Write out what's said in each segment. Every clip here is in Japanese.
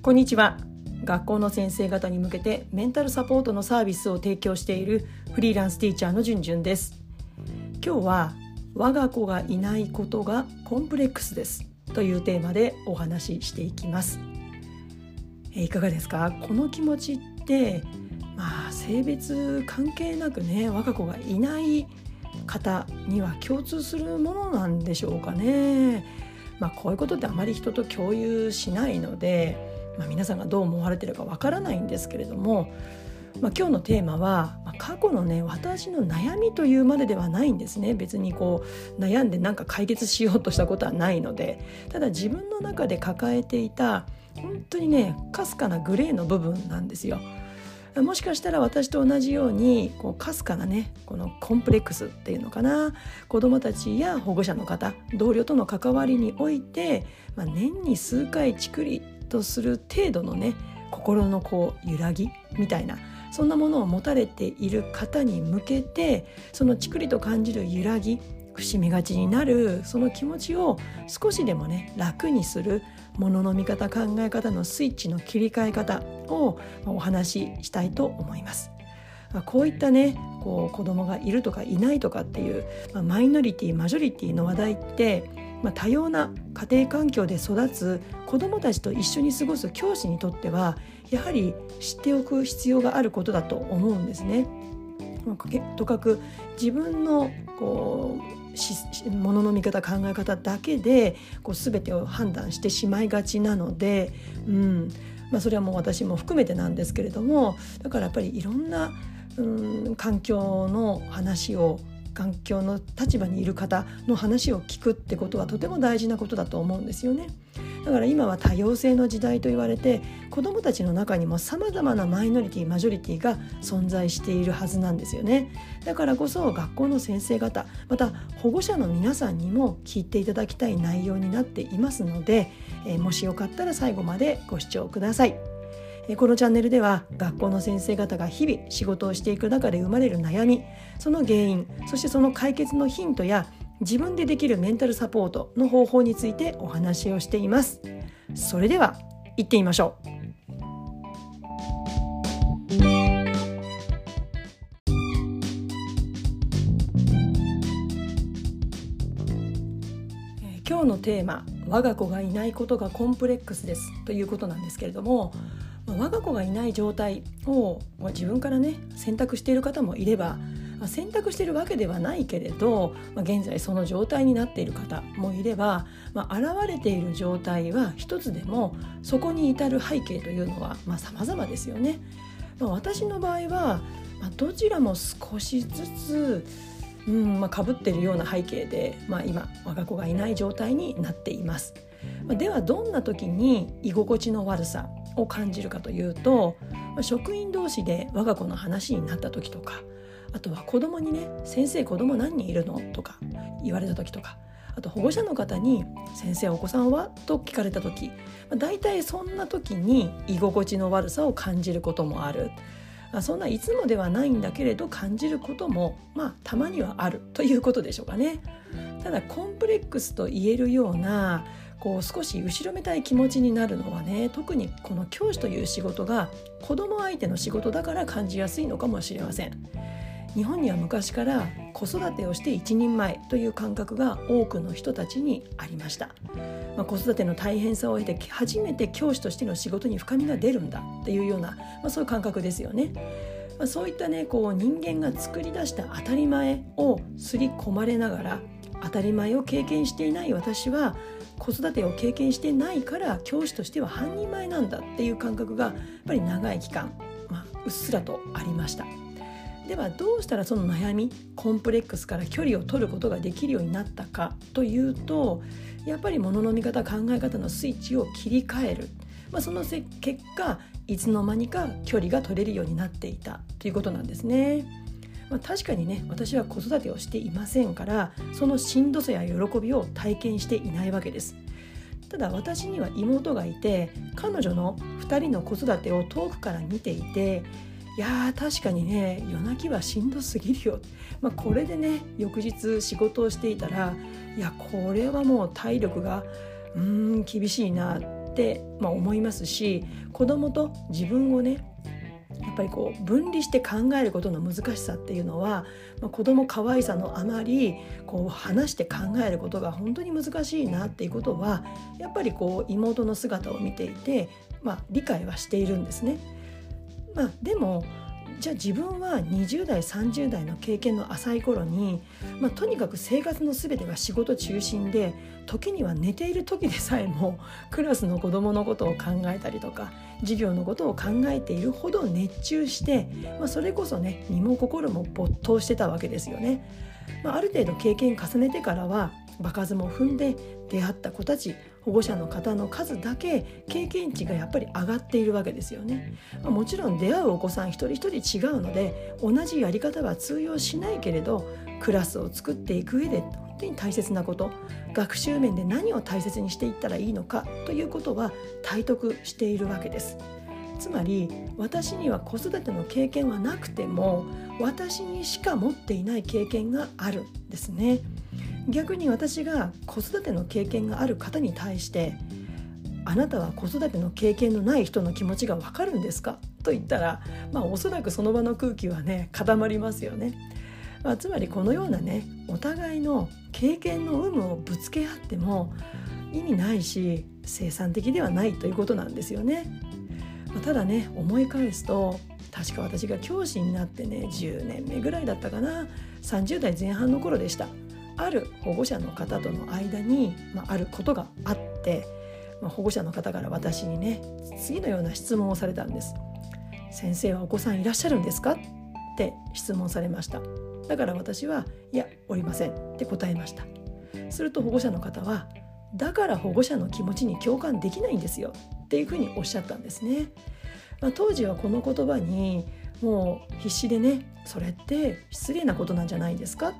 こんにちは。学校の先生方に向けてメンタルサポートのサービスを提供しているフリーランスティーチャーのじゅんじゅんです。今日は我が子がいないことがコンプレックスですというテーマでお話ししていきます。いかがですか？この気持ちって性別関係なくね、我が子がいない方には共通するものなんでしょうかね。こういうことってあまり人と共有しないので、皆さんがどう思われているかわからないんですけれども、今日のテーマは、過去のね、私の悩みというまでではないんですね。別に悩んで解決しようとしたことはないので、ただ自分の中で抱えていた本当にね、かすかなグレーの部分なんですよ。もしかしたら私と同じようにかすかなね、このコンプレックスっていうのかな、子どもたちや保護者の方、同僚との関わりにおいて、年に数回チクリとする程度のね、心の揺らぎみたいな、そんなものを持たれている方に向けて、そのチクリと感じる揺らぎ、伏みがちになるその気持ちを少しでもね、楽にするものの見方、考え方のスイッチの切り替え方をお話ししたいと思います。こういったね、子供がいるとかいないとかっていう、マイノリティマジョリティの話題って、多様な家庭環境で育つ子どもたちと一緒に過ごす教師にとってはやはり知っておく必要があることだと思うんですね。とかく自分のものの見方、考え方だけで全てを判断してしまいがちなので、それはもう私も含めてなんですけれども、だからやっぱりいろんな環境の話を、環境の立場にいる方の話を聞くってことはとても大事なことだと思うんですよね。だから今は多様性の時代と言われて、子どもたちの中にも様々なマイノリティマジョリティが存在しているはずなんですよね。だからこそ学校の先生方、また保護者の皆さんにも聞いていただきたい内容になっていますので、もしよかったら最後までご視聴ください。このチャンネルでは学校の先生方が日々仕事をしていく中で生まれる悩み、その原因、そしてその解決のヒントや自分でできるメンタルサポートの方法についてお話をしています。それでは行ってみましょう。今日のテーマ、我が子がいないことがコンプレックスですということなんですけれども、我が子がいない状態を自分からね、選択している方もいれば、選択しているわけではないけれど、現在その状態になっている方もいれば、現れている状態は一つでもそこに至る背景というのは様々ですよね。私の場合は、どちらも少しずつ被っているような背景で、今我が子がいない状態になっています。ではどんな時に居心地の悪さを感じるかというと、職員同士で我が子の話になった時とか、あとは子供にね、先生子供何人いるのとか言われた時とか、あと保護者の方に先生お子さんはと聞かれた時、だいたいそんな時に居心地の悪さを感じることもある。そんないつもではないんだけれど感じることもたまにはあるということでしょうかね。ただコンプレックスと言えるような少し後ろめたい気持ちになるのはね、特にこの教師という仕事が子供相手の仕事だから感じやすいのかもしれません。日本には昔から子育てをして一人前という感覚が多くの人たちにありました。子育ての大変さを経て初めて教師としての仕事に深みが出るんだっていうような、そういう感覚ですよね。そういったね、人間が作り出した当たり前を刷り込まれながら、当たり前を経験していない私は子育てを経験してないから教師としては半人前なんだっていう感覚がやっぱり長い期間、うっすらとありました。ではどうしたらその悩み、コンプレックスから距離を取ることができるようになったかというと、やっぱり物の見方、考え方のスイッチを切り替える、その結果いつの間にか距離が取れるようになっていたということなんですね。確かにね、私は子育てをしていませんから、そのしんどさや喜びを体験していないわけです。ただ私には妹がいて、彼女の2人の子育てを遠くから見ていて、いや確かにね、夜泣きはしんどすぎるよ、これでね翌日仕事をしていたら、いやこれはもう体力が厳しいなっって思いますし、子供と自分をねやっぱり分離して考えることの難しさっていうのは、子供可愛さのあまり話して考えることが本当に難しいなっていうことはやっぱり妹の姿を見ていて、理解はしているんですね。でもじゃあ自分は20代30代の経験の浅い頃に、とにかく生活の全てが仕事中心で、時には寝ている時でさえもクラスの子どものことを考えたりとか授業のことを考えているほど熱中して、それこそね身も心も没頭してたわけですよね。ある程度経験重ねてからは場数も踏んで出会った子たち、保護者の方の数だけ経験値がやっぱり上がっているわけですよね。もちろん出会うお子さん一人一人違うので同じやり方は通用しないけれど、クラスを作っていく上で本当に大切なこと、学習面で何を大切にしていったらいいのかということは体得しているわけです。つまり私には子育ての経験はなくても私にしか持っていない経験があるんですね。逆に私が子育ての経験がある方に対して、あなたは子育ての経験のない人の気持ちが分かるんですかと言ったら、おそらくその場の空気はね固まりますよね。つまりこのようなねお互いの経験の有無をぶつけ合っても意味ないし生産的ではないということなんですよね。ただね思い返すと、確か私が教師になってね10年目ぐらいだったかな、30代前半の頃でした。ある保護者の方との間に、あることがあって、保護者の方から私にね次のような質問をされたんです。先生はお子さんいらっしゃるんですかって質問されました。だから私はいやおりませんって答えました。すると保護者の方は、だから保護者の気持ちに共感できないんですよっていうふうにおっしゃったんですね。当時はこの言葉にもう必死でね、それって失礼なことなんじゃないですかって、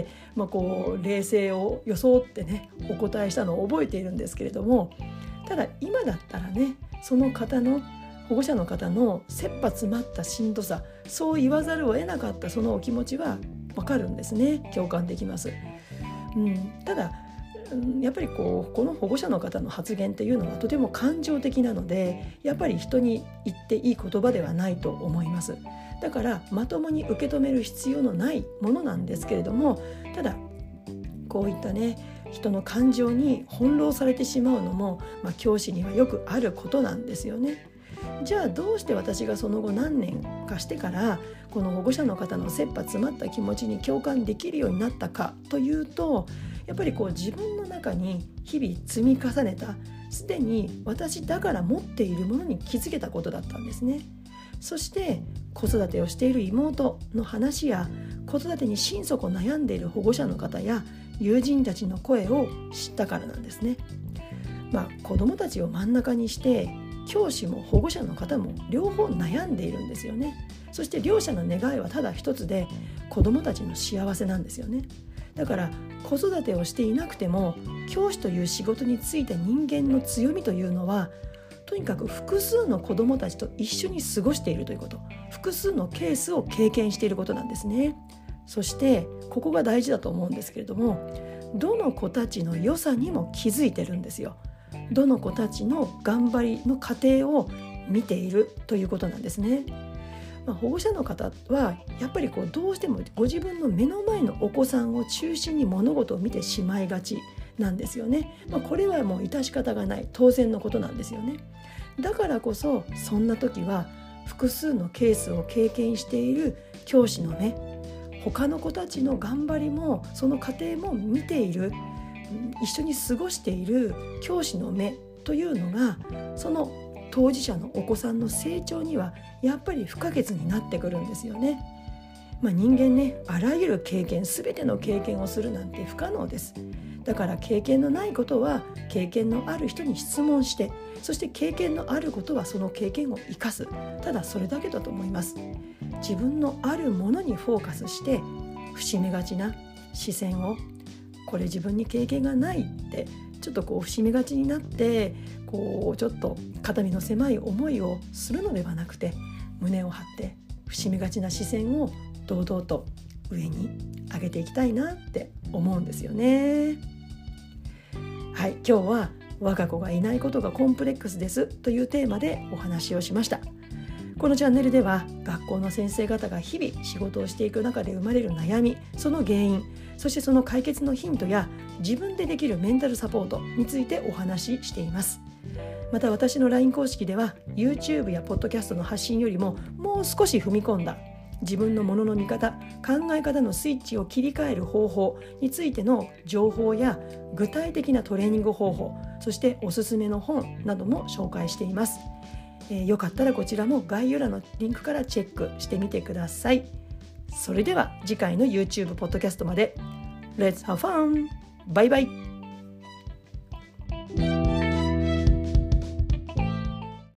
冷静を装ってねお答えしたのを覚えているんですけれども、ただ今だったらねその方の保護者の方の切羽詰まったしんどさ、そう言わざるを得なかったそのお気持ちは分かるんですね。共感できます。ただやっぱりこの保護者の方の発言っていうのはとても感情的なので、やっぱり人に言っていい言葉ではないと思います。だからまともに受け止める必要のないものなんですけれども、ただこういったね人の感情に翻弄されてしまうのも、教師にはよくあることなんですよね。じゃあどうして私がその後何年かしてからこの保護者の方の切羽詰まった気持ちに共感できるようになったかというと、やっぱり自分の中に日々積み重ねた、すでに私だから持っているものに気づけたことだったんですね。そして子育てをしている妹の話や、子育てに心底悩んでいる保護者の方や友人たちの声を知ったからなんですね。子どもたちを真ん中にして教師も保護者の方も両方悩んでいるんですよね。そして両者の願いはただ一つで、子どもたちの幸せなんですよね。だから子育てをしていなくても教師という仕事に就いた人間の強みというのは、とにかく複数の子どもたちと一緒に過ごしているということ、複数のケースを経験していることなんですね。そしてここが大事だと思うんですけれども、どの子たちの良さにも気づいてるんですよ。どの子たちの頑張りの過程を見ているということなんですね。保護者の方はやっぱりどうしてもご自分の目の前のお子さんを中心に物事を見てしまいがちなんですよね。これはもう致し方がない当然のことなんですよね。だからこそそんな時は複数のケースを経験している教師の目、他の子たちの頑張りもその過程も見ている、一緒に過ごしている教師の目というのが、その当事者のお子さんの成長にはやっぱり不可欠になってくるんですよね。人間ね、あらゆる経験、全ての経験をするなんて不可能です。だから経験のないことは経験のある人に質問して、そして経験のあることはその経験を生かす、ただそれだけだと思います。自分のあるものにフォーカスして伏めがちな視線を、これ自分に経験がないってちょっと伏めがちになって、ちょっと肩身の狭い思いをするのではなくて、胸を張って伏めがちな視線を堂々と上に上げていきたいなって思うんですよね。はい、今日は我が子がいないことがコンプレックスですというテーマでお話をしました。このチャンネルでは学校の先生方が日々仕事をしていく中で生まれる悩み、その原因、そしてその解決のヒントや自分でできるメンタルサポートについてお話ししています。また私の LINE 公式では YouTube やポッドキャストの発信よりももう少し踏み込んだ自分のものの見方、考え方のスイッチを切り替える方法についての情報や具体的なトレーニング方法、そしておすすめの本なども紹介しています。よかったらこちらも概要欄のリンクからチェックしてみてください。それでは次回の YouTube ポッドキャストまで Let's have fun! バイバイ。